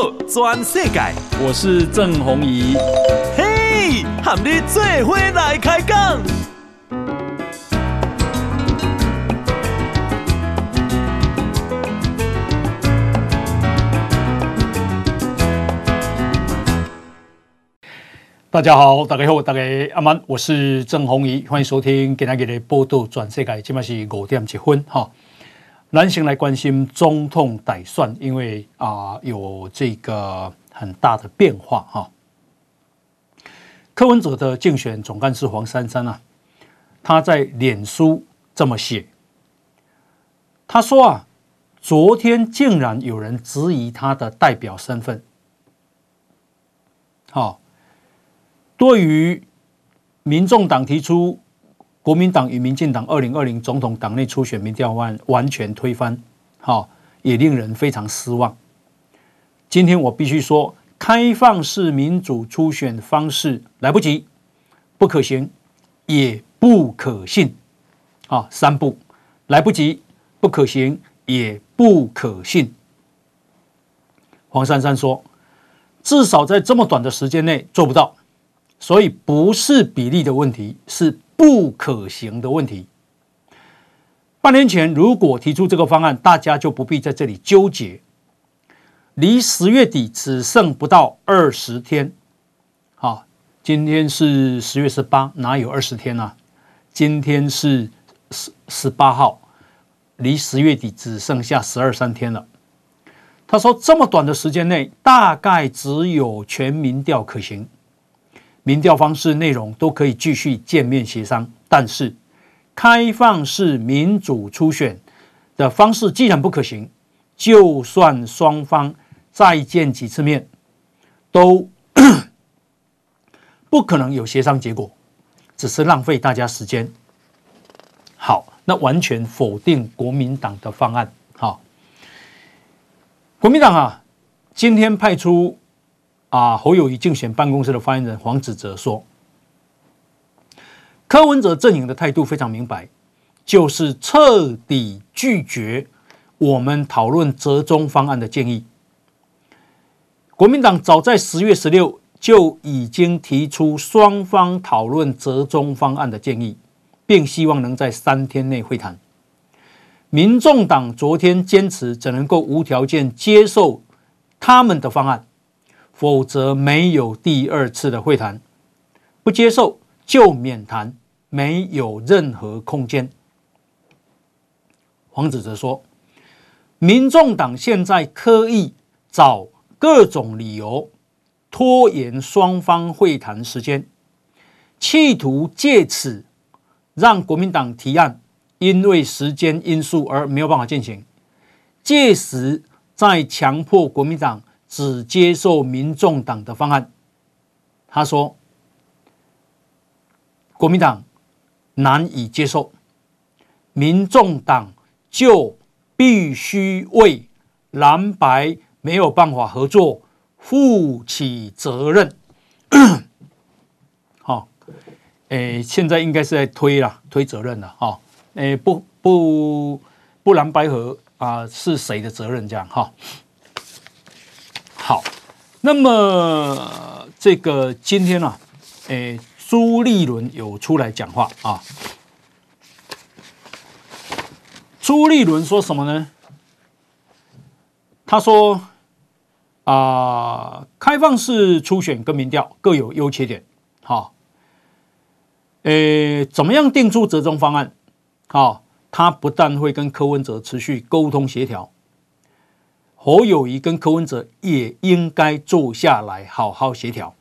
道全世界， 我是郑弘仪。 嘿，和你做伙来开讲。 大家好，大家好，大家阿曼，我是郑弘仪，欢迎收听今天的报道全世界，今晚是5点1分哈。咱先来关心总统大选，因为有这个很大的变化哈。柯文哲的竞选总干事黄珊珊啊，他在脸书这么写，他说昨天竟然有人质疑他的代表身份，好。对于民众党提出国民党与民进党2020总统党内初选民调案完全推翻，也令人非常失望。今天我必须说，开放式民主初选方式来不及、不可行，也不可信。三不：来不及、不可行，也不可信。黄珊珊说，至少在这么短的时间内做不到。所以不是比例的问题，是不可行的问题。半年前如果提出这个方案，大家就不必在这里纠结。离10月底只剩不到20天，今天是10月18，哪有20天啊？今天是18号，离10月底只剩下12、13天了。他说，这么短的时间内，大概只有全民调可行。民调方式、内容都可以继续见面协商，但是开放式民主初选的方式既然不可行，就算双方再见几次面，都不可能有协商结果，只是浪费大家时间。好，那完全否定国民党的方案。国民党今天派出侯友宜竞选办公室的发言人黄子哲说，柯文哲阵营的态度非常明白，就是彻底拒绝我们讨论折中方案的建议。国民党早在10月16就已经提出双方讨论折中方案的建议，并希望能在3天内会谈。民众党昨天坚持只能够无条件接受他们的方案，否则没有第2次的会谈，不接受就免谈，没有任何空间。黄子哲说，民众党现在刻意找各种理由拖延双方会谈时间，企图借此让国民党提案因为时间因素而没有办法进行，届时再强迫国民党只接受民众党的方案。他说，国民党难以接受，民众党就必须为蓝白没有办法合作负起责任。现在应该是在推责任了。不蓝白合是谁的责任？这样好，那么这个今天朱立伦有出来讲话朱立伦说什么呢？他说开放式初选跟民调各有优缺点。怎么样定出折中方案？他不但会跟柯文哲持续沟通协调，侯友宜跟柯文哲也应该坐下来好好协调，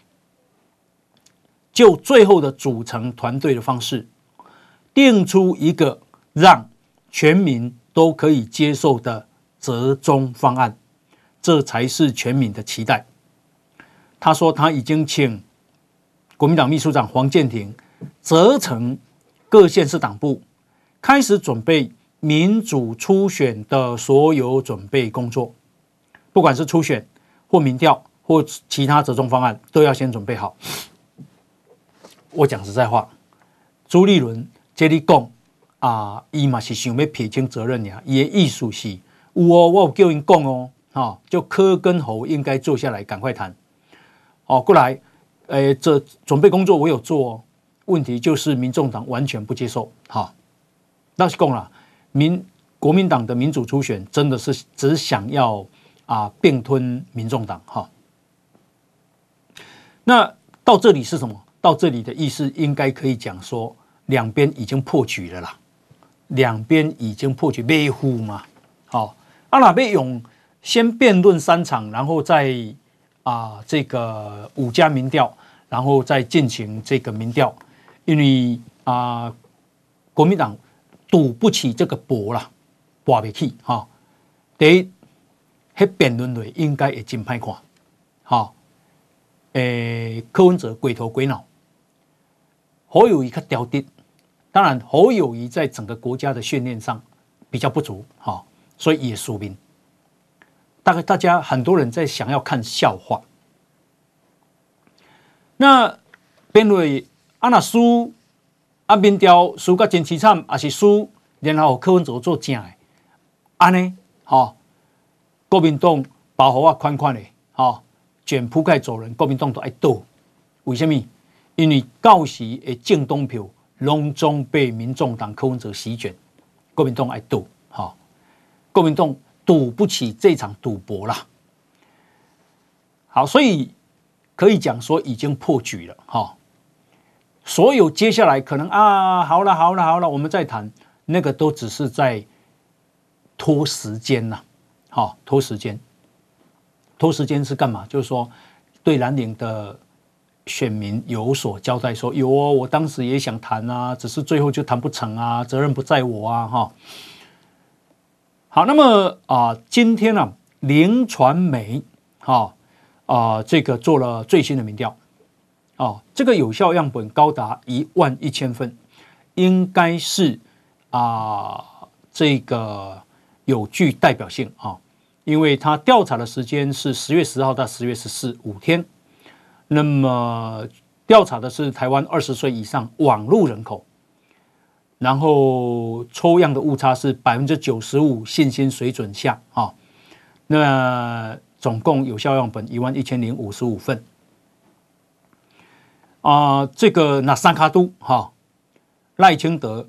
就最后的组成团队的方式，定出一个让全民都可以接受的折中方案，这才是全民的期待。他说他已经请国民党秘书长黄健庭责成各县市党部开始准备民主初选的所有准备工作，不管是初选或民调或其他折中方案，都要先准备好。我讲实在话，朱立伦这里讲他嘛是想要撇清责任呀，伊的意思是有我有叫因讲就柯跟侯应该坐下来赶快谈。过来，这准备工作我有做哦，问题就是民众党完全不接受。那是讲了，国民党的民主初选真的是只想要并吞民众党。那到这里是什么？到这里的意思应该可以讲说，两边已经破局了啦，两边已经破局，没呼嘛。那边用先辩论3场，然后再这个5家民调，然后再进行这个民调，因为国民党赌不起这个博啦，博不起第一，那辩论类应该会真歹看，柯文哲鬼头鬼脑，侯友宜较刁滴，当然侯友宜在整个国家的训练上比较不足，所以也输兵。大概大家很多人在想要看笑话。那辩论那输民调输到真凄惨，还是输然后柯文哲做正的，安尼国民党保护款款的卷铺盖走人，国民党都爱倒。为什么？因为到时的政党票拢总被民众党柯文哲席卷，国民党爱倒。国民党赌不起这场赌博啦。好，所以可以讲说已经破局了。所有接下来可能好了，我们再谈，那个都只是在拖时间啦。拖时间。拖时间是干嘛？就是说，对蓝营的选民有所交代说，有哦，我当时也想谈只是最后就谈不成责任不在我好，那么今天林传媒这个做了最新的民调这个有效样本高达11000份，应该是这个有具代表性因为他调查的时间是10月10号到10月14，5天。那么调查的是台湾20岁以上网络人口，然后抽样的误差是95%，信心水准下那总共有效样本11055份这个那三卡都赖清德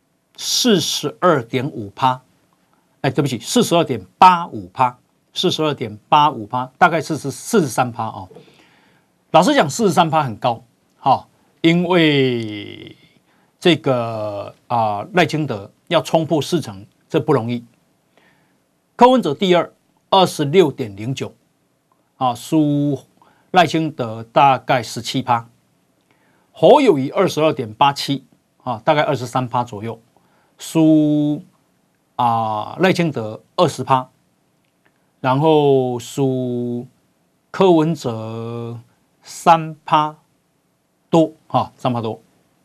42.5%。对不起，42.85%，大概43%老实讲，43%很高因为这个赖清德要冲破40%，这不容易。柯文哲第二，26.09%输赖清德大概17%，侯友宜22.87%大概23%左右，输赖清德20%，然后输柯文哲3%多，3%多。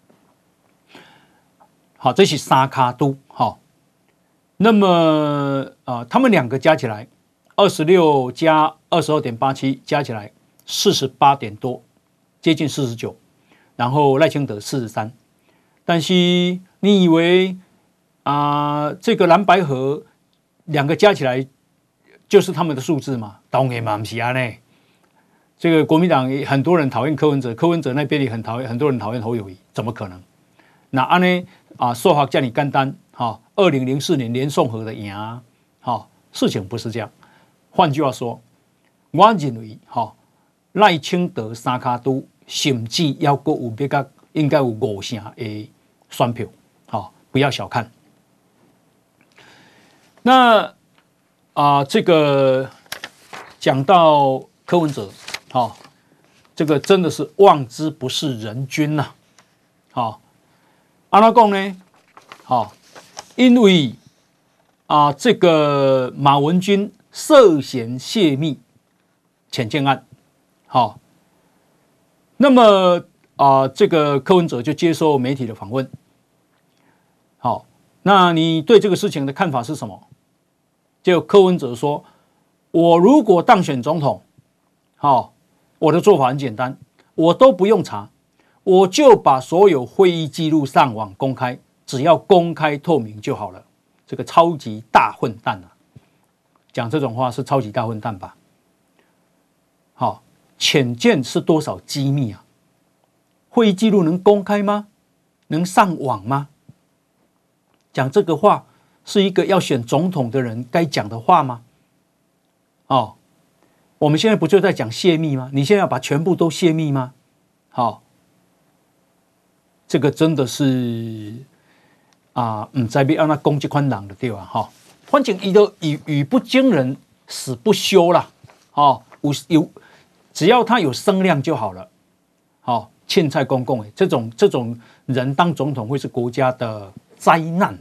好，这是三卡都那么他们两个加起来26加22.87加起来48点多，接近49，然后赖清德43，但是你以为这个蓝白合两个加起来就是他们的数字嘛？当然嘛不是呢。这个国民党也很多人讨厌柯文哲，柯文哲那边也很多人讨厌侯友宜，怎么可能？那安呢说法叫你简单2004年连宋合的赢事情不是这样。换句话说，我认为赖清德三卡都甚至要够有应该有5成的选票不要小看。那这个讲到柯文哲这个真的是望之不是人君呐安怎讲呢因为这个马文君涉嫌泄密潜舰案那么这个柯文哲就接受媒体的访问。那你对这个事情的看法是什么？就柯文哲说，我如果当选总统我的做法很简单，我都不用查，我就把所有会议记录上网公开，只要公开透明就好了。这个超级大混蛋讲这种话是超级大混蛋吧？好，潜舰是多少机密啊？会议记录能公开吗？能上网吗？讲这个话是一个要选总统的人该讲的话吗？哦，我们现在不就在讲泄密吗？你现在要把全部都泄密吗？好，这个真的是唔知要让他攻击宽党的对吧？哈，反正伊都语不惊人死不休啦。哦，只要他有声量就好了。好，欠债公共这种人当总统会是国家的灾难。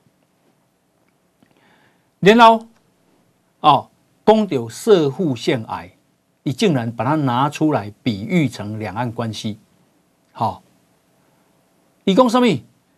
然后讲到社会腺癌，你竟然把它拿出来比喻成两岸关系。好，伊讲什么？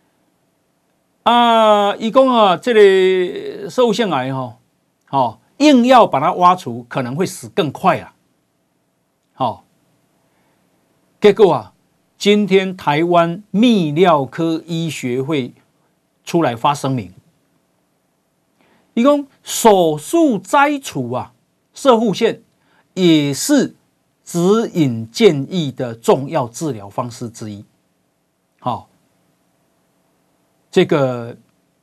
伊讲这个社会腺癌硬要把它挖除，可能会死更快啊。好，结果今天台湾泌尿科医学会出来发声明。伊讲手术摘除攝護腺也是指引建议的重要治疗方式之一。好，这个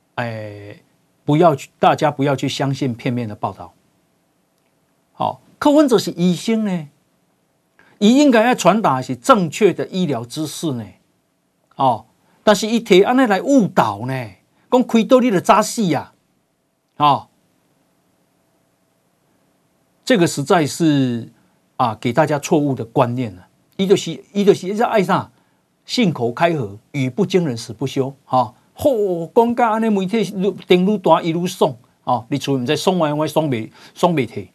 大家不要去相信片面的报道。好，柯文哲是医生呢，伊应该要传达的是正确的医疗知识呢。但是伊提安尼来误导呢，讲开刀你就早死啊。这个实在是给大家错误的观念了。伊就是爱啥信口开河，语不惊人死不休。讲到安尼媒体顶愈大，伊愈爽。你厝唔知爽完爽袂体。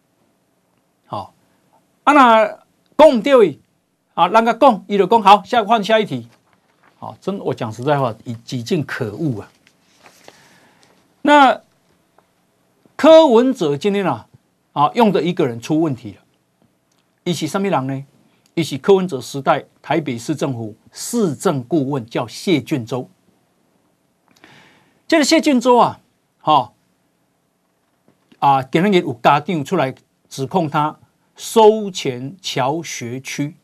那讲唔对人家讲，伊就讲好，换下一题。真我讲实在话，几近可恶啊。那柯文哲今天用的一个人出问题了，伊是什么人呢？伊是柯文哲时代台北市政府市政顾问，叫谢俊洲。这个谢俊洲今日有家长出来指控他收钱侨学区，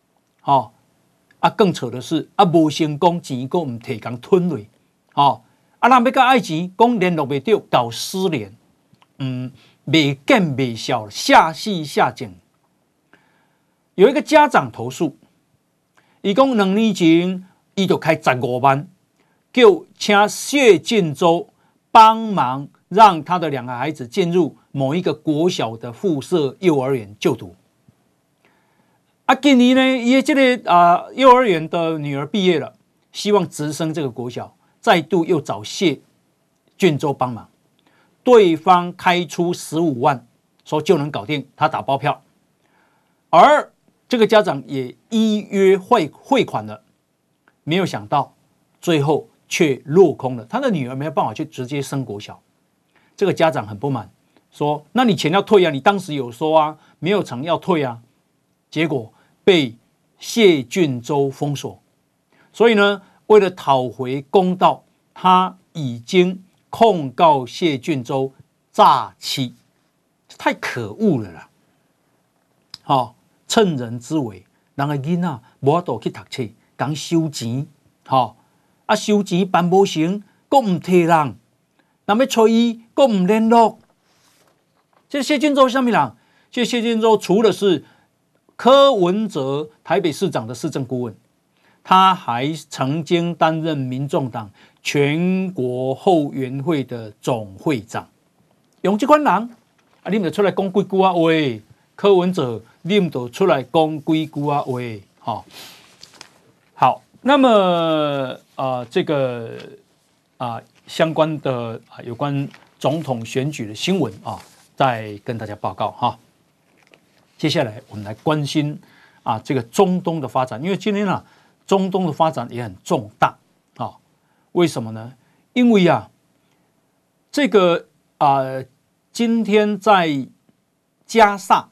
更扯的是无成功钱，还唔提供吞落，人要甲爱钱，讲联络袂到，搞失联，袂见袂晓，下戏下井。有一个家长投诉，伊讲2年前伊就开15万，请谢俊洲帮忙，让他的2个孩子进入某一个国小的附设幼儿园就读。今年呢，伊这个幼儿园的女儿毕业了，希望直升这个国小，再度又找谢俊洲帮忙。对方开出15万，说就能搞定，他打包票，而这个家长也依约汇款了，没有想到最后却落空了，他的女儿没有办法去直接升国小。这个家长很不满，说：“那你钱要退啊，你当时有说没有成要退啊。”结果被谢俊洲封锁，所以呢，为了讨回公道，他已经控告谢俊洲诈欺，太可恶了啦！趁人之危，人个囡仔无法度去读册，讲收钱，收钱办无成，佫唔摕人，那要找伊，佫唔联络。这谢俊洲是什么人？这谢俊洲除了是柯文哲台北市长的市政顾问，他还曾经担任民众党全国后援会的总会长。用这款人你们就出来讲几句话，柯文哲你们就出来讲几句话。好，那么这个相关的有关总统选举的新闻再跟大家报告接下来我们来关心这个中东的发展，因为今天中东的发展也很重大为什么呢？因为这个今天在加萨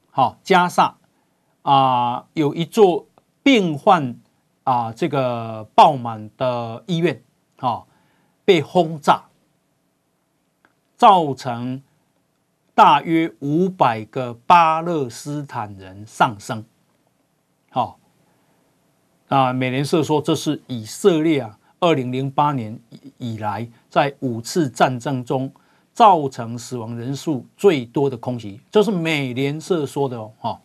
有一座病患这个爆满的医院被轰炸，造成大约500个巴勒斯坦人丧生。好，美联社说这是以色列2008年以来在5次战争中造成死亡人数最多的空袭，这是美联社说的哦。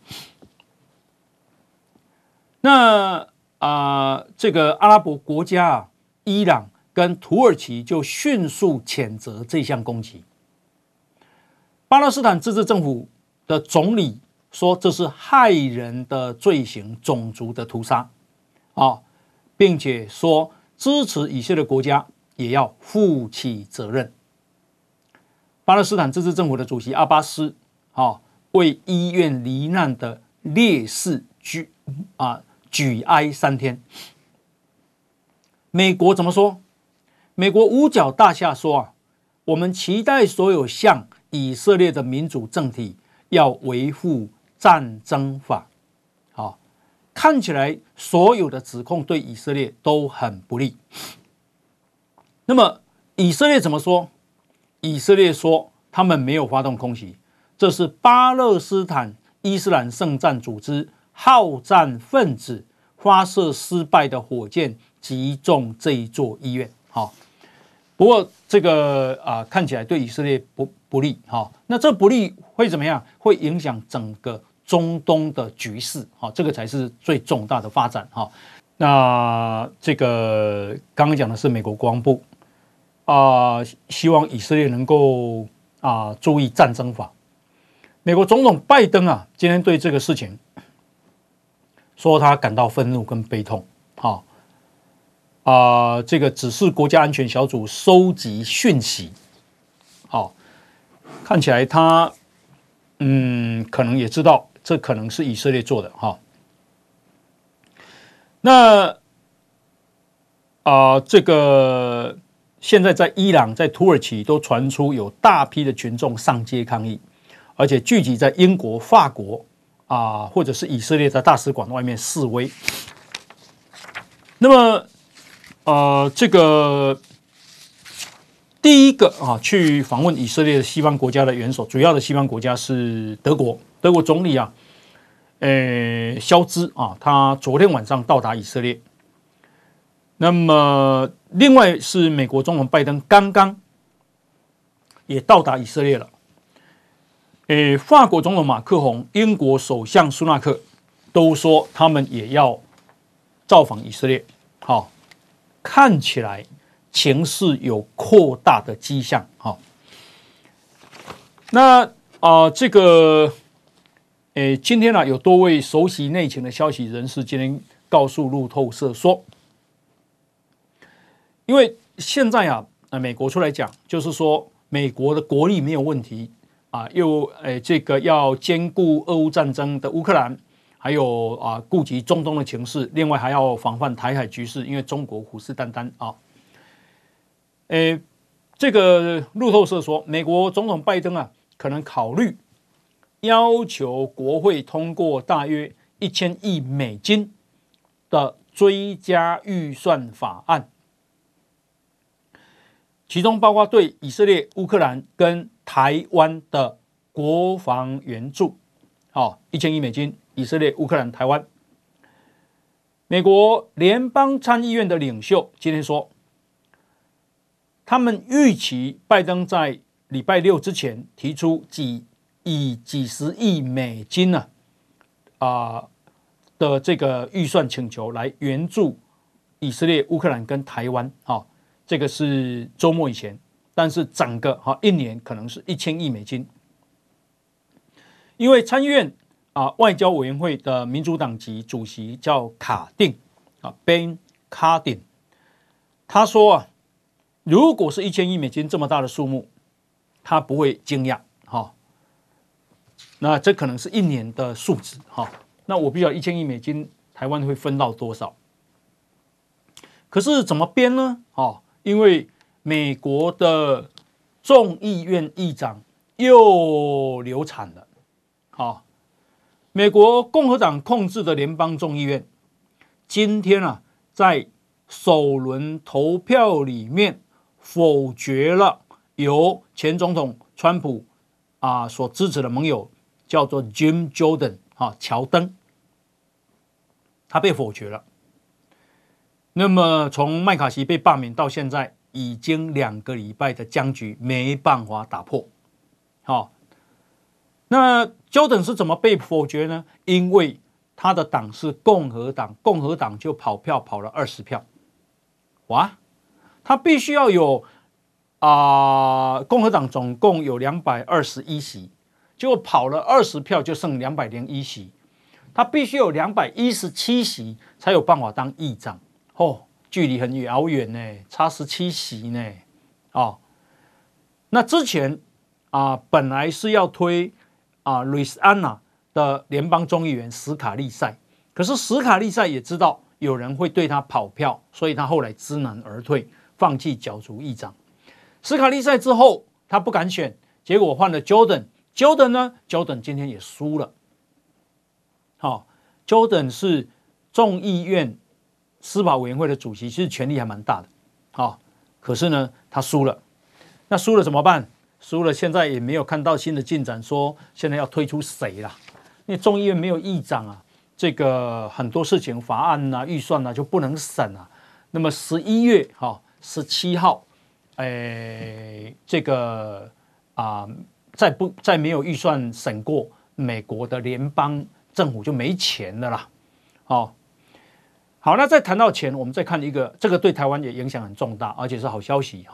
那这个阿拉伯国家伊朗跟土耳其就迅速谴责这项攻击。巴勒斯坦自治政府的总理说这是害人的罪行，种族的屠杀并且说支持以色列国家也要负起责任。巴勒斯坦自治政府的主席阿巴斯为医院罹难的烈士举哀3天。美国怎么说？美国五角大厦说我们期待所有向以色列的民主政体要维护战争法。看起来所有的指控对以色列都很不利。那么以色列怎么说？以色列说他们没有发动空袭，这是巴勒斯坦伊斯兰圣战组织好战分子发射失败的火箭击中这一座医院。不过这个看起来对以色列不利。那这不利会怎么样？会影响整个中东的局势。这个才是最重大的发展。那这个刚刚讲的是美国国防部希望以色列能够注意战争法。美国总统拜登今天对这个事情说他感到愤怒跟悲痛。这个指示国家安全小组收集讯息。看起来他可能也知道这可能是以色列做的。那这个现在在伊朗、在土耳其都传出有大批的群众上街抗议，而且聚集在英国、法国或者是以色列的大使馆外面示威。那么这个第一个去访问以色列的西方国家的元首，主要的西方国家是德国。德国总理肖兹他昨天晚上到达以色列。那么另外是美国总统拜登刚刚也到达以色列了。法国总统马克宏、英国首相苏纳克都说他们也要造访以色列。看起来情势有扩大的迹象。那这个今天有多位熟悉内情的消息人士今天告诉路透社说，因为现在美国出来讲，就是说美国的国力没有问题又这个要兼顾俄乌战争的乌克兰，还有顾及中东的情势，另外还要防范台海局势，因为中国虎视眈眈这个路透社说，美国总统拜登可能考虑要求国会通过大约1000亿美金的追加预算法案，其中包括对以色列、乌克兰跟台湾的国防援助，1000亿美金，以色列、乌克兰、台湾。美国联邦参议院的领袖今天说，他们预期拜登在礼拜6之前提出以几十亿美金的这个预算请求来援助以色列、乌克兰跟台湾。这个是周末以前，但是整个一年可能是1000亿美金。因为参议院外交委员会的民主党籍主席叫卡定Ben Cardin， 他说如果是1000亿美金这么大的数目，他不会惊讶。那这可能是一年的数值。那我不知道1000亿美金台湾会分到多少。可是怎么编呢？因为美国的众议院议长又流产了。美国共和党控制的联邦众议院今天在首轮投票里面否决了由前总统川普所支持的盟友叫做 Jim Jordan 乔登，他被否决了。那么从麦卡锡被罢免到现在，已经2个礼拜的僵局没办法打破。那 Jordan 是怎么被否决呢？因为他的党是共和党，共和党就跑票跑了20票，哇！他必须要有共和党总共有221席，结果跑了20票就剩201席，他必须有217席才有办法当议长。距离很遥远呢，差17席呢。那之前本来是要推路易斯安那的联邦众议员史卡利塞，可是史卡利塞也知道有人会对他跑票，所以他后来知难而退，放弃角逐议长。史卡利塞之后他不敢选，结果换了 Jordan 呢 Jordan 今天也输了。Jordan 是众议院司法委员会的主席，其实权力还蛮大的。可是呢他输了，那输了怎么办？输了现在也没有看到新的进展，说现在要推出谁啦？因为众议院没有议长啊，这个很多事情法案预算就不能审啊。那么11月17号，这个再没有预算审过，美国的联邦政府就没钱了啦。好，那再谈到钱，我们再看一个，这个对台湾也影响很重大，而且是好消息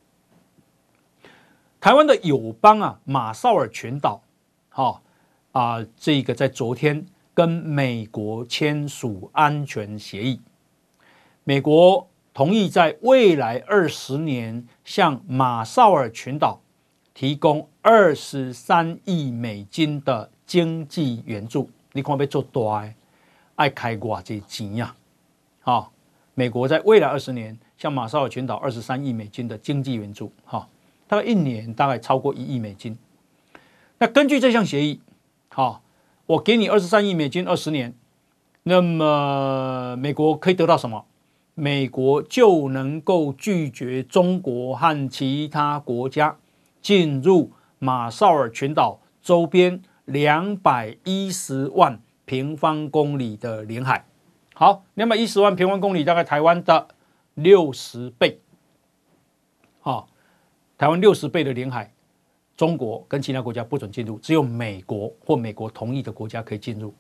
台湾的友邦马绍尔群岛，这个在昨天跟美国签署安全协议，美国同意在未来20年向马绍尔群岛提供23亿美金的经济援助。你看要做大的，要开多少钱呀？美国在未来20年向马绍尔群岛23亿美金的经济援助，大概1年大概超过1亿美金。那根据这项协议，我给你23亿美金20年，那么美国可以得到什么？美国就能够拒绝中国和其他国家进入马绍尔群岛周边210万平方公里的领海。好，210万平方公里大概台湾的60倍。台湾60倍的领海，中国跟其他国家不准进入，只有美国或美国同意的国家可以进入。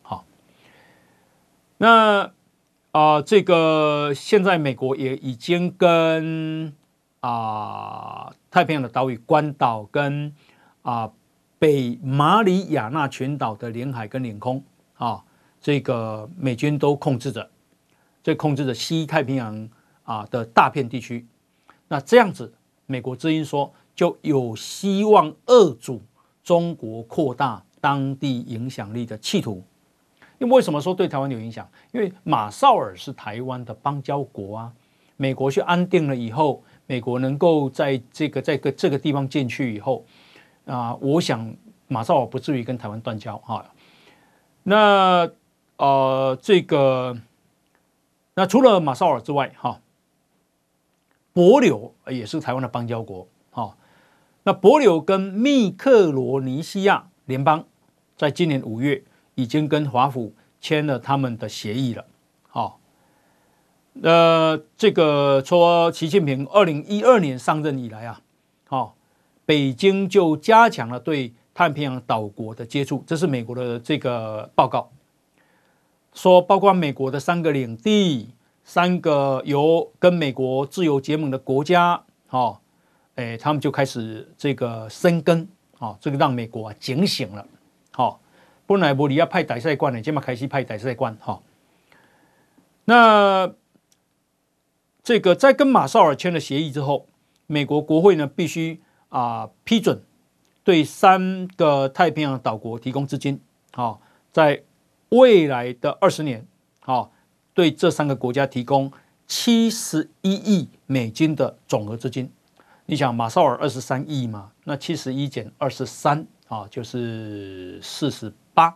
那这个现在美国也已经跟太平洋的岛屿关岛跟北马里亚纳群岛的领海跟领空这个美军都控制着，控制着西太平洋的大片地区。那这样子，美国之音说就有希望遏阻中国扩大当地影响力的企图。因为为什么说对台湾有影响？因为马绍尔是台湾的邦交国美国去安定了以后，美国能够在这个地方进去以后我想马绍尔不至于跟台湾断交那那除了马绍尔之外帛琉也是台湾的邦交国那帛琉跟密克罗尼西亚联邦在今年5月已经跟华府签了他们的协议了。这个说习近平2012年上任以来北京就加强了对太平洋岛国的接触，这是美国的这个报告，说包括美国的3个领地，3个由跟美国自由结盟的国家，他们就开始这个深耕，这个让美国警醒了，本来不离要派大使馆的，现在开始派大使馆，那这个在跟马绍尔签了协议之后，美国国会呢必须批准对3个太平洋岛国提供资金，在未来的20年，对这3个国家提供71亿美金的总额资金。你想马绍尔23亿嘛，那71减23就是48，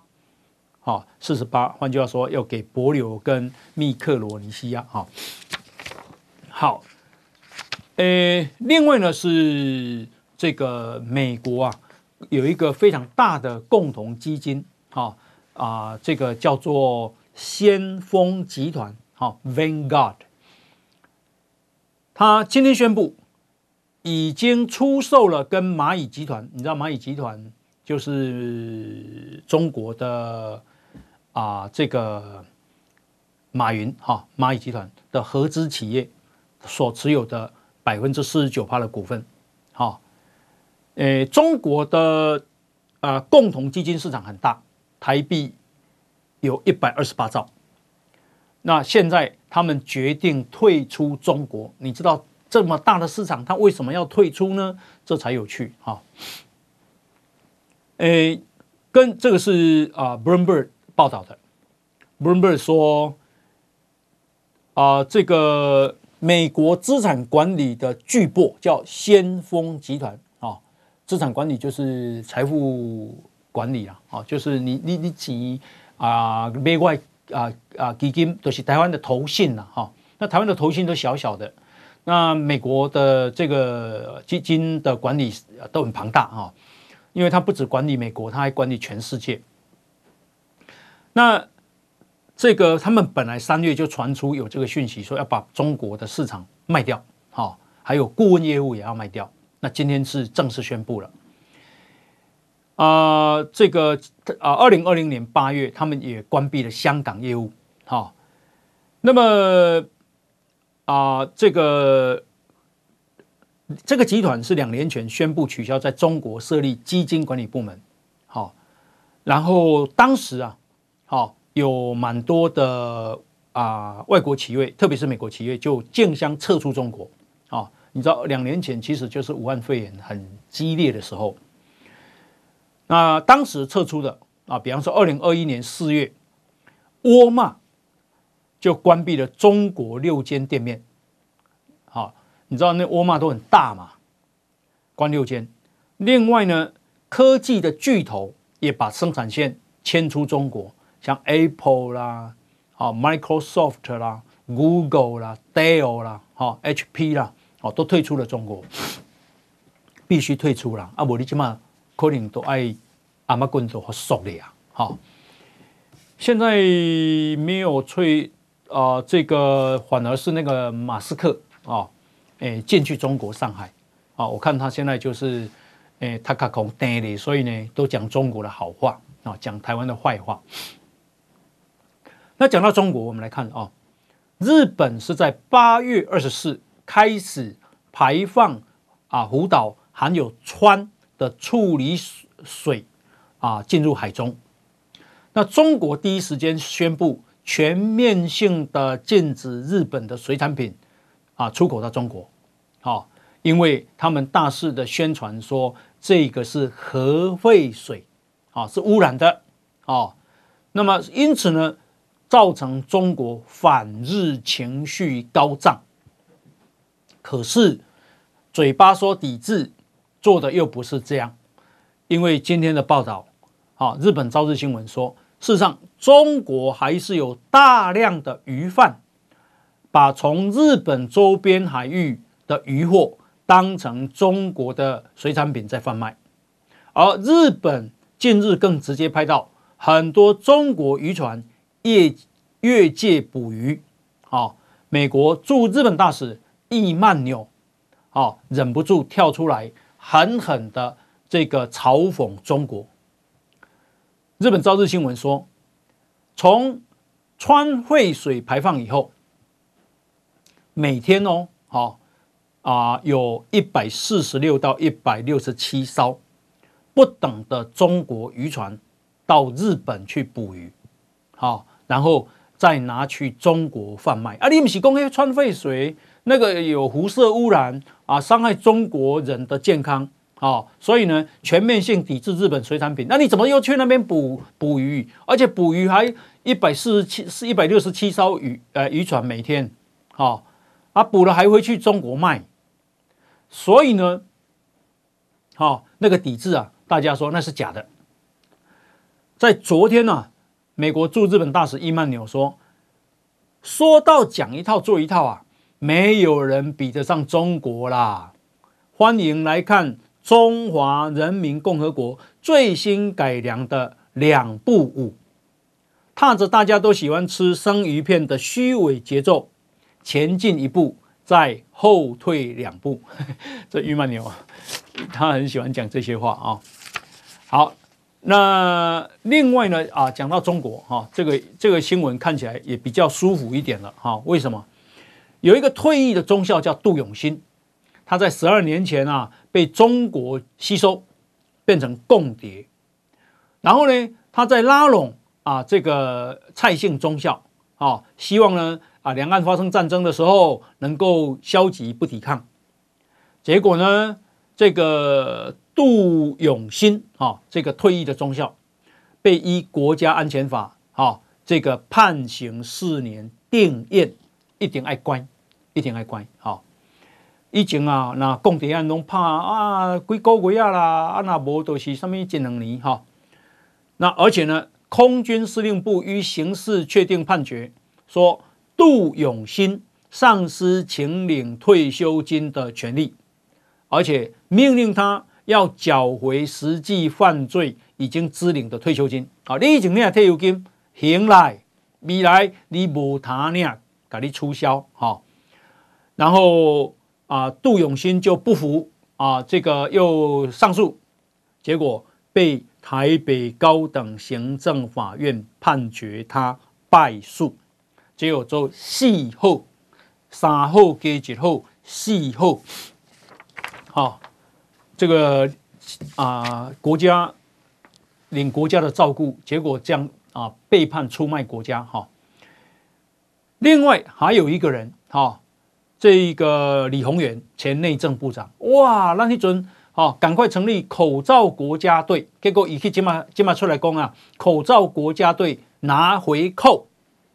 换句话说，要给帛琉跟密克罗尼西亚。好，另外呢是这个美国有一个非常大的共同基金，这个叫做先锋集团，Vanguard， 他今天宣布已经出售了跟蚂蚁集团，你知道蚂蚁集团就是中国的这个马云蚂蚁集团的合资企业所持有的49%的股份，中国的共同基金市场很大，台币有128兆。那现在他们决定退出中国，你知道这么大的市场，他为什么要退出呢？这才有趣跟这个是Bloomberg 报道的。Bloomberg 说这个美国资产管理的巨擘叫先锋集团资产管理就是财富管理就是你钱买外基金都是台湾的投信那台湾的投信都小小的，那美国的这个基金的管理都很庞大因为它不只管理美国，它还管理全世界。那这个他们本来3月就传出有这个讯息，说要把中国的市场卖掉还有顾问业务也要卖掉。那今天是正式宣布了。这个2020年8月，他们也关闭了香港业务。那么这个集团是2年前宣布取消在中国设立基金管理部门。然后当时有蛮多的外国企业，特别是美国企业，就竞相撤出中国。你知道2年前其实就是武汉肺炎很激烈的时候，那当时撤出的比方说2021年4月，沃尔玛就关闭了中国6间店面。你知道那沃尔玛都很大嘛，关6间。另外呢，科技的巨头也把生产线迁出中国，像 Apple 啦、Microsoft 啦、Google 啦、Dell 啦、HP 啦。都退出了中国，必须退出了不然你现在可能都爱阿妈棍都好熟了现在没有这个反而是那个马斯克进去中国上海我看他现在就是他卡空呆的，所以呢都讲中国的好话讲台湾的坏话。那讲到中国，我们来看日本是在8月24开始排放福岛含有氚的处理水进入海中。那中国第一时间宣布全面性的禁止日本的水产品出口到中国。因为他们大肆的宣传说这个是核废水是污染的那么因此呢，造成中国反日情绪高涨。可是嘴巴说抵制，做的又不是这样。因为今天的报道日本朝日新闻说，事实上中国还是有大量的渔贩把从日本周边海域的渔获当成中国的水产品在贩卖。而日本近日更直接拍到很多中国渔船越界捕鱼。美国驻日本大使易曼纽忍不住跳出来狠狠的这个嘲讽中国。日本朝日新闻说，从氚废水排放以后，每天有146到167艘不等的中国渔船到日本去捕鱼，然后再拿去中国贩卖。你不是说那氚废水那个有辐射污染伤害中国人的健康所以呢全面性抵制日本水产品。那你怎么又去那边捕鱼？而且捕鱼还167艘渔船每天捕了还会去中国卖。所以呢那个抵制大家说那是假的。在昨天美国驻日本大使伊曼纽说到讲一套做一套没有人比得上中国啦。欢迎来看中华人民共和国最新改良的2步舞，踏着大家都喜欢吃生鱼片的虚伪节奏，前进一步，再后退2步。这于曼牛他很喜欢讲这些话啊。好，那另外呢讲到中国这个新闻看起来也比较舒服一点了为什么？有一个退役的中校叫杜永新，他在12年前被中国吸收，变成共谍，然后呢，他在拉拢这个蔡姓中校希望呢两岸发生战争的时候能够消极不抵抗。结果呢，这个杜永新这个退役的中校被依国家安全法这个判刑4年定谳，一定爱乖，一定爱乖以前那共谍案拢判几个月啦，那无就是什么1、2年那而且呢，空军司令部于刑事确定判决说，杜永新丧失请领退休金的权利，而且命令他要缴回实际犯罪已经支领的退休金你以前领退休金，刑来未来你无他领，给你取消然后杜永新就不服这个又上诉，结果被台北高等行政法院判决他败诉，结果就4号，3号加1号，4号这个国家领国家的照顾，结果这样背叛出卖国家另外还有一个人这个李鸿源前内政部长，哇，那阵赶快成立口罩国家队，结果他今嘛出来说口罩国家队拿回扣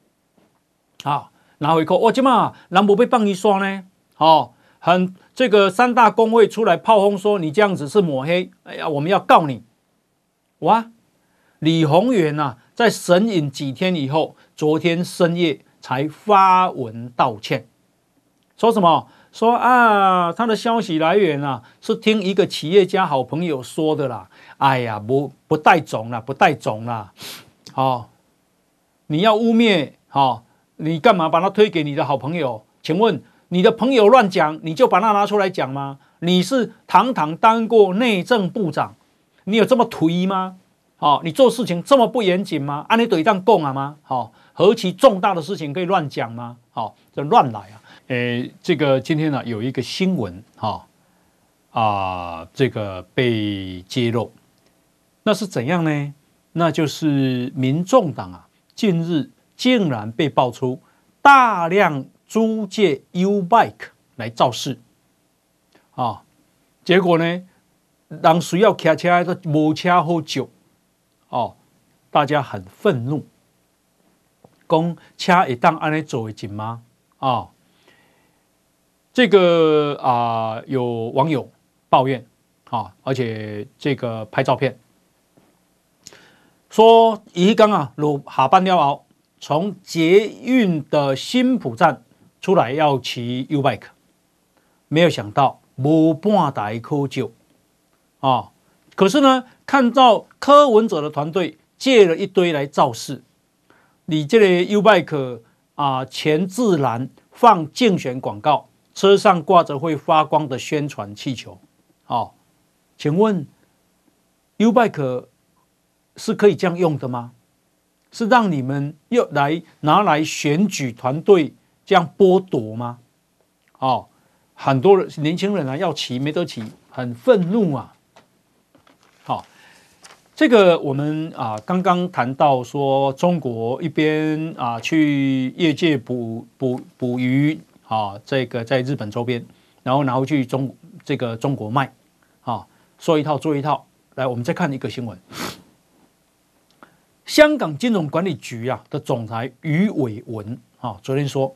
拿回扣，今嘛人没被放一刷呢这个3大工会出来炮轰说你这样子是抹黑，哎呀，我们要告你。哇，李鸿源在审影几天以后，昨天深夜才发文道歉。说什么？说他的消息来源是听一个企业家好朋友说的啦。哎呀，不带种啦，不带种啦。你要污蔑你干嘛把他推给你的好朋友？请问你的朋友乱讲，你就把他拿出来讲吗？你是堂堂当过内政部长，你有这么颓吗？你做事情这么不严谨吗？按你对当讲吗？何其重大的事情可以乱讲吗？这乱来这个今天有一个新闻这个被揭露，那是怎样呢？那就是民众党近日竟然被爆出大量租借 U-Bike 来造势结果呢，人需要骑车都无车好借大家很愤怒，说车会当这样做会进吗？这个有网友抱怨而且这个拍照片，说他刚下班了后，从捷运的新埔站出来要骑 U-Bike， 没有想到没半台可借可是呢，看到柯文哲的团队借了一堆来造势，你这个 U-Bike前置栏放竞选广告，车上挂着会发光的宣传气球请问 U-Bike 是可以这样用的吗？是让你们又拿来选举团队这样剥夺吗？很多年轻人要骑没得骑，很愤怒这个我们刚刚谈到说，中国一边去业界捕鱼这个在日本周边，然后拿回去中国卖说一套做一套。来，我们再看一个新闻。香港金融管理局的总裁余伟文昨天说，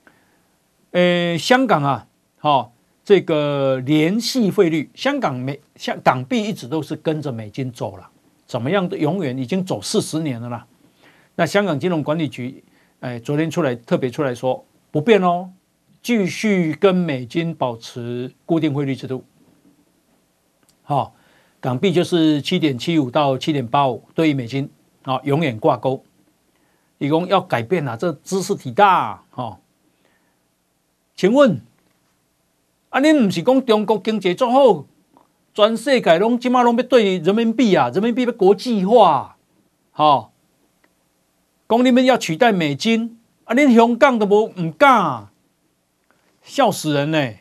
香港这个联系汇率，港币一直都是跟着美金走了，怎么样的永远已经走40年了啦。那香港金融管理局昨天特别出来说不变哦，继续跟美金保持固定汇率制度好，港币就是7.75到7.85对于美金，啊，永远挂钩。伊讲要改变啊，这知识体大啊，请问啊，恁不是讲中国经济做好，全世界拢即马拢要对人民币啊，人民币要国际化，好，讲你们要取代美金啊，恁香港都唔敢，笑死人呢。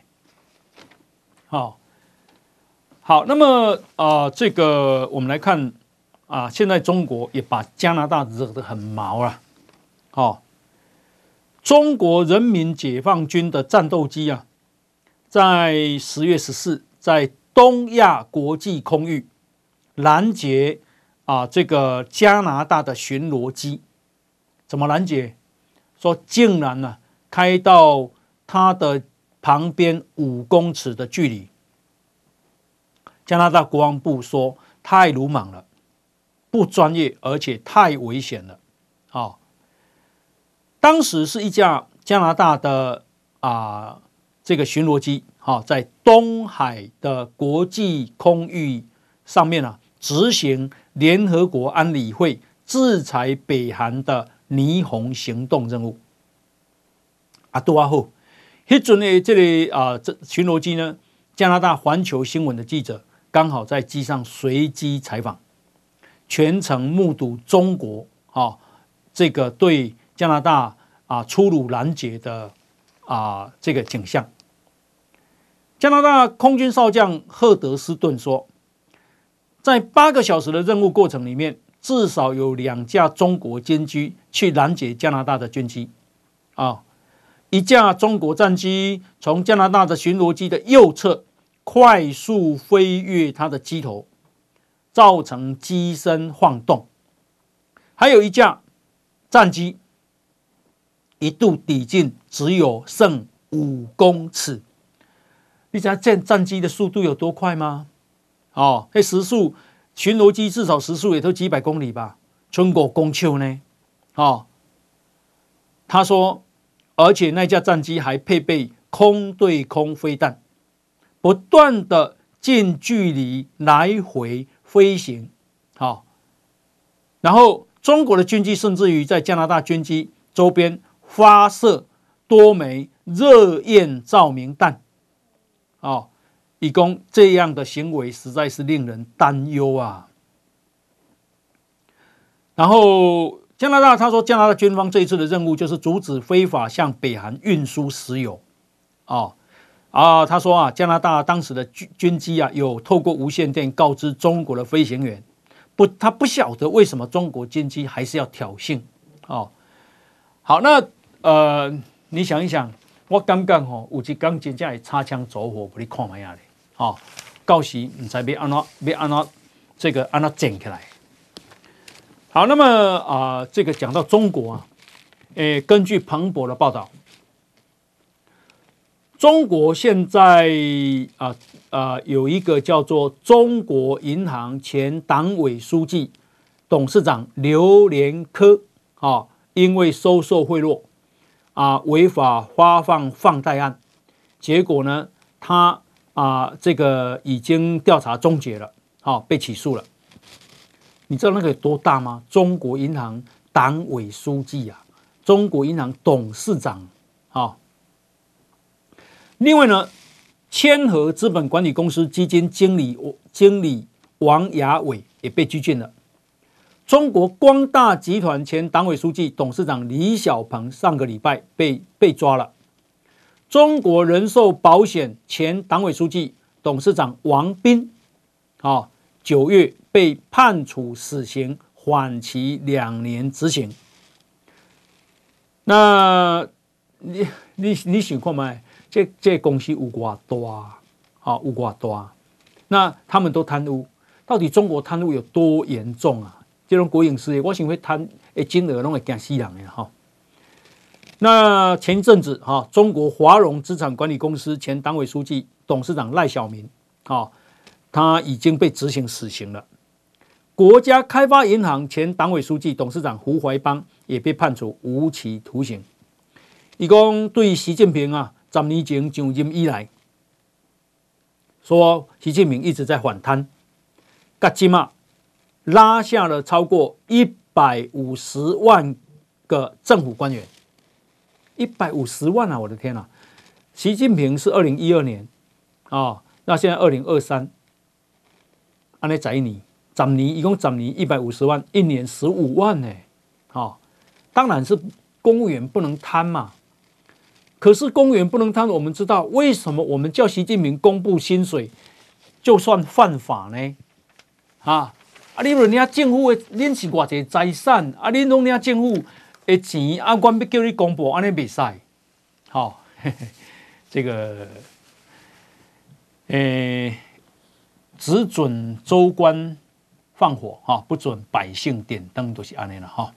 好，那么这个我们来看啊，现在中国也把加拿大惹得很毛了。中国人民解放军的战斗机啊，在10月14在东亚国际空域拦截这个加拿大的巡逻机，怎么拦截？说竟然呢开到它的旁边5公尺的距离。加拿大国防部说太鲁莽了，不专业，而且太危险了。当时是一架加拿大的这个巡逻机，在东海的国际空域上面啊，执行联合国安理会制裁北韩的霓虹行动任务。拄好，迄阵的这个这巡逻机呢，加拿大环球新闻的记者刚好在机上随机采访，全程目睹中国这个对加拿大粗鲁拦截的这个景象。加拿大空军少将赫德斯顿说，在8个小时的任务过程里面，至少有2架中国军机去拦截加拿大的军机一架中国战机从加拿大的巡逻机的右侧快速飞越它的机头，造成机身晃动。还有一架战机一度抵近只有剩5公尺。你知道战机的速度有多快吗？那时速巡逻机至少时速也都几百公里吧，春5公尺呢。他说，而且那架战机还配备空对空飞弹，不断的近距离来回飞行。然后中国的军机甚至于在加拿大军机周边发射多枚热焰照明弹。以供这样的行为实在是令人担忧啊。然后加拿大他说，加拿大军方这一次的任务就是阻止非法向北韩运输石油。他说加拿大当时的军机有透过无线电告知中国的飞行员，他不晓得为什么中国军机还是要挑衅。好，那你想一想，我感觉有一天真正会擦枪走火，你看卖啊咧，到时唔知要安怎这个安怎整起来。好，那么这个讲到中国根据彭博的报道，中国现在有一个叫做中国银行前党委书记、董事长刘连科因为收受贿赂违法发放放贷案，结果呢，他这个已经调查终结了，被起诉了。你知道那个有多大吗？中国银行党委书记中国银行董事长另外呢，千和资本管理公司基金经理王亚伟也被拘禁了。中国光大集团前党委书记、董事长李小鹏上个礼拜被抓了。中国人寿保险前党委书记、董事长王斌9月被判处死刑，缓期2年执行。那你想看吗？这公司有多大有多大？那他们都贪污，到底中国贪污有多严重啊？这种国营事业，我想会贪的金额拢会惊死人的那前一阵子中国华融资产管理公司前党委书记、董事长赖小民他已经被执行死刑了。国家开发银行前党委书记、董事长胡怀邦也被判处无期徒刑。他说对习近平10年前上任以来， 说习近平一直在反贪，噶今嘛拉下了超过150万个政府官员，150万啊！我的天啊！习近平是2012年啊，那现在2023，按那宰你10年，一共10年150万，一年15万呢。当然是公务员不能贪嘛。可是公务员不能贪，我们知道为什么我们叫习近平公布薪水就算犯法呢？你论人政府的，恁是偌济财产，恁拢人政府的钱，我要叫你公布，安尼袂使。这个，只准州官放火，不准百姓点灯，都是安尼了。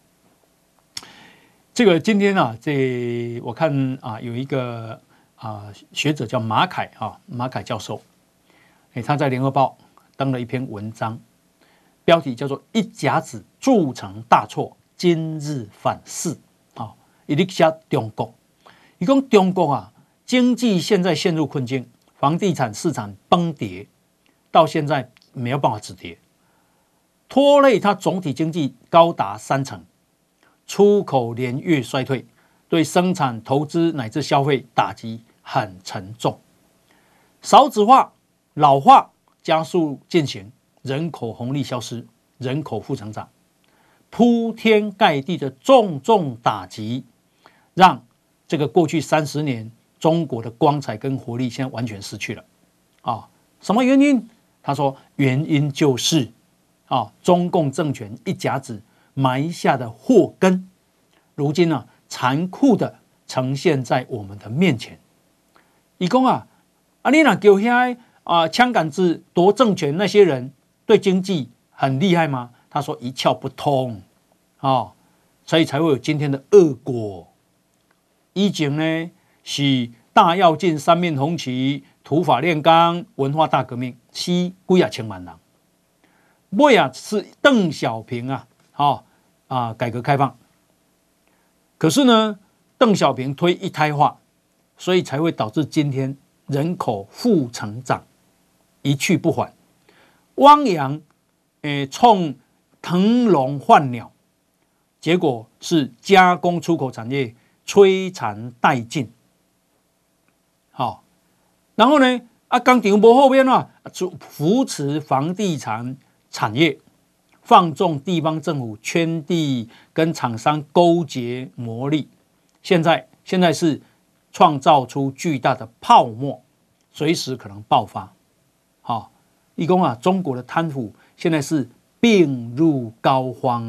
这个今天啊，我看啊，有一个学者叫马凯马凯教授，他在联合报登了一篇文章。标题叫做“一甲子铸成大错，今日反噬”。伊咧写中国，伊讲中国啊，经济现在陷入困境，房地产市场崩跌，到现在没有办法止跌，拖累它总体经济高达30%，出口连月衰退，对生产、投资乃至消费打击很沉重。少子化、老化加速进行。人口红利消失，人口负成长，铺天盖地的重重打击，让这个过去30年中国的光彩跟活力现在完全失去了。什么原因？他说，原因就是中共政权一甲子埋下的祸根，如今呢，残酷的呈现在我们的面前。伊讲你若叫遐枪杆子夺政权那些人。对经济很厉害吗？他说一窍不通，所以才会有今天的恶果。以前呢是大跃进、三面红旗、土法炼钢、文化大革命，死几啊千万人。尾是邓小平改革开放。可是呢，邓小平推一胎化，所以才会导致今天人口负成长，一去不返。汪洋冲腾笼换鸟，结果是加工出口产业摧残殆尽。然后呢，工厂无后边扶持房地产产业，放纵地方政府圈地跟厂商勾结牟利，现在是创造出巨大的泡沫，随时可能爆发。伊讲中国的贪腐现在是病入膏肓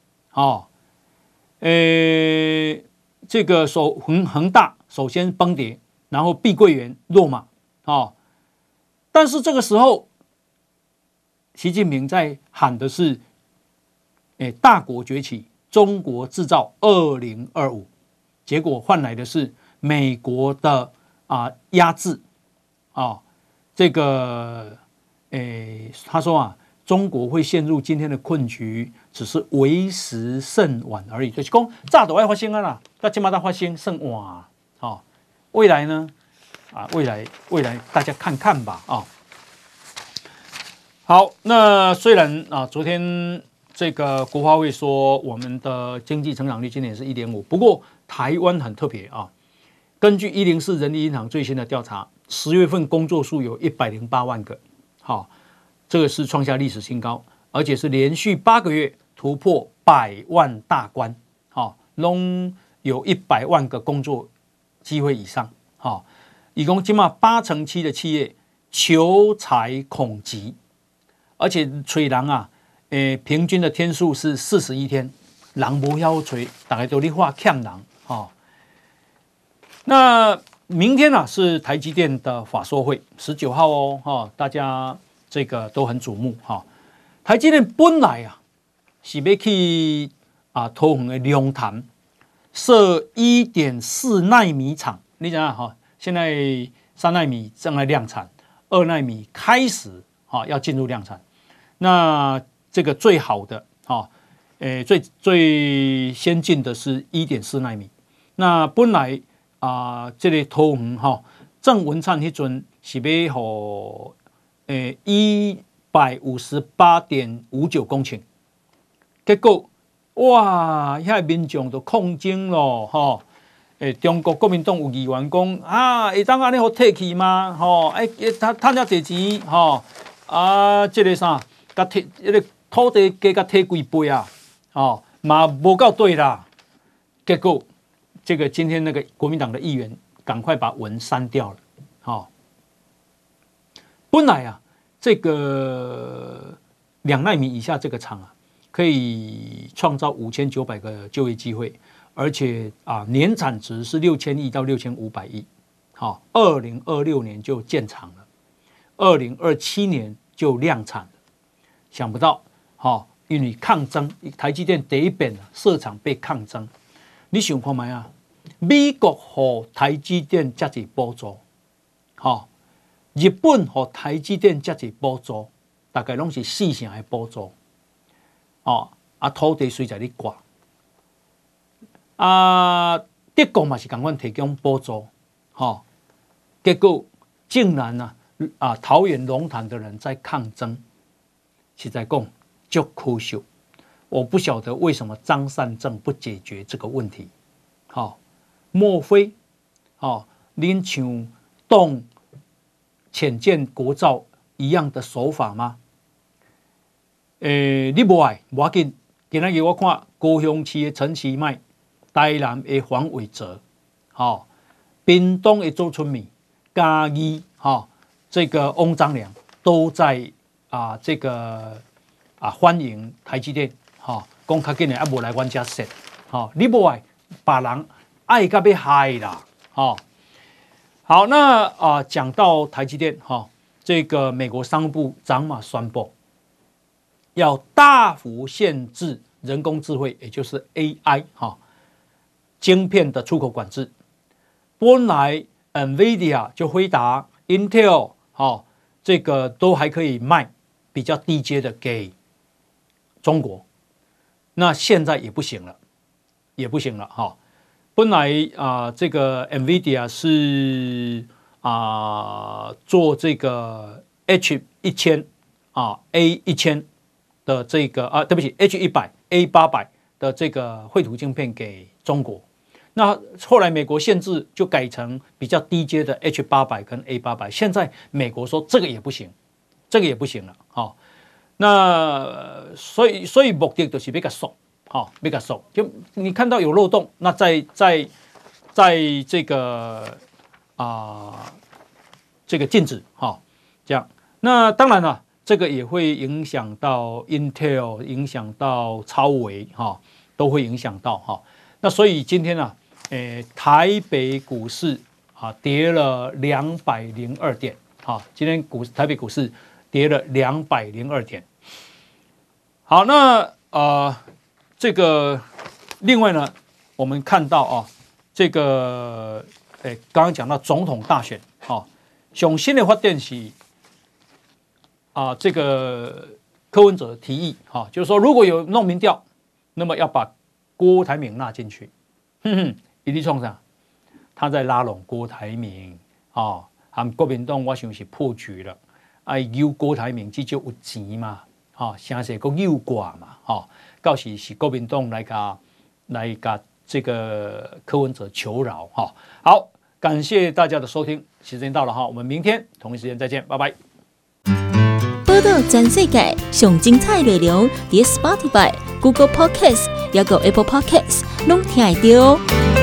这个恒大首先崩跌，然后碧桂园落马但是这个时候，习近平在喊的是大国崛起，中国制造2025，结果换来的是美国的压制这个。他说中国会陷入今天的困局，只是为时甚晚而已。就是说，早都要发生啦，但今嘛才发生甚晚未来呢？未来大家看看吧好，那虽然昨天这个国发会说我们的经济成长率今年是1.5%，不过台湾很特别根据104人力银行最新的调查，10月份工作数有108万个。这个是创下历史新高，而且是连续8个月突破100万大关，拢有100万个工作机会以上，一共起码87%的企业求才恐急，而且找人平均的天数是41天，人不晓找，大概都在画欠人那明天是台积电的法说会，19号大家这个都很瞩目台积电本来是要去桃园的龙潭设1.4奈米厂，你想现在3奈米正在量产，2奈米开始要进入量产。那这个最好的最先进的是1.4奈米。那本来这个桃园郑文灿那阵是要予158.59公顷，结果哇，遐民众就抗争咯，吼！中国国民党有议员讲啊，会当安尼互退去吗？吼，他赚了侪钱，吼这个啥，甲退迄个土地加甲退几倍啊，哦，嘛无够对啦。结果这个今天那个国民党的议员赶快把文删掉了，哦。本来啊，这个2奈米以下这个厂啊，可以创造5900个就业机会。而且啊，年产值是6000亿到6500亿，好，2026年就建厂了，2027年就量产了。想不到，好，因为抗争，台积电第一遍设厂被抗争。你想看没啊？美国给台积电这些补助，好，日本给台积电这些补助，大概拢是4成的补助，哦，土地随在你挂。德国嘛是同款提供补助，吼，结果竟然桃园龙潭的人在抗争，是在讲就可惜。我不晓得为什么张善政不解决这个问题，好，莫非，恁像动浅见国造一样的手法吗？你不爱，不要紧，今天我看高雄市的陈其迈。台南的黄伟哲，屏东的周春米，嘉义这个翁章良都在这个欢迎台积电，讲较紧的无来阮家设，你无爱，别人爱到要害啦，好，那讲到台积电，这个美国商务部长马宣布，要大幅限制人工智慧，也就是 AI 晶片的出口管制，本来 NVIDIA 就辉达、Intel 这个都还可以卖比较低阶的给中国，那现在也不行了，本来这个 NVIDIA 是做这个 H1000 A1000 的这个对不起 H100 A800 的这个绘图晶片给中国。那后来美国限制就改成比较低阶的 H800 跟 A800， 现在美国说这个也不行了，那所以目的就是要给锁，要给锁，就你看到有漏洞，那在这个这个禁止，这样，那当然了，这个也会影响到 Intel， 影响到超微，都会影响到，那所以今天呢，台北股市跌了202点，今天台北股市跌了202点。好，那这个另外呢，我们看到这个刚刚讲到总统大选，上新的发展是这个柯文哲提议，就是说如果有弄民调，那么要把郭台铭纳进去，一力创啥？他在拉拢郭台铭，和国民党我想是破局了，有郭台铭至少有钱嘛，声势够诱挂嘛，到时是国民党来甲这个柯文哲求饶，好，感谢大家的收听，时间到了我们明天同一时间再见，拜拜。 报道全世界上精彩内容，伫 Spotify、Google Podcast， 还有 Apple Podcast， 拢听得到。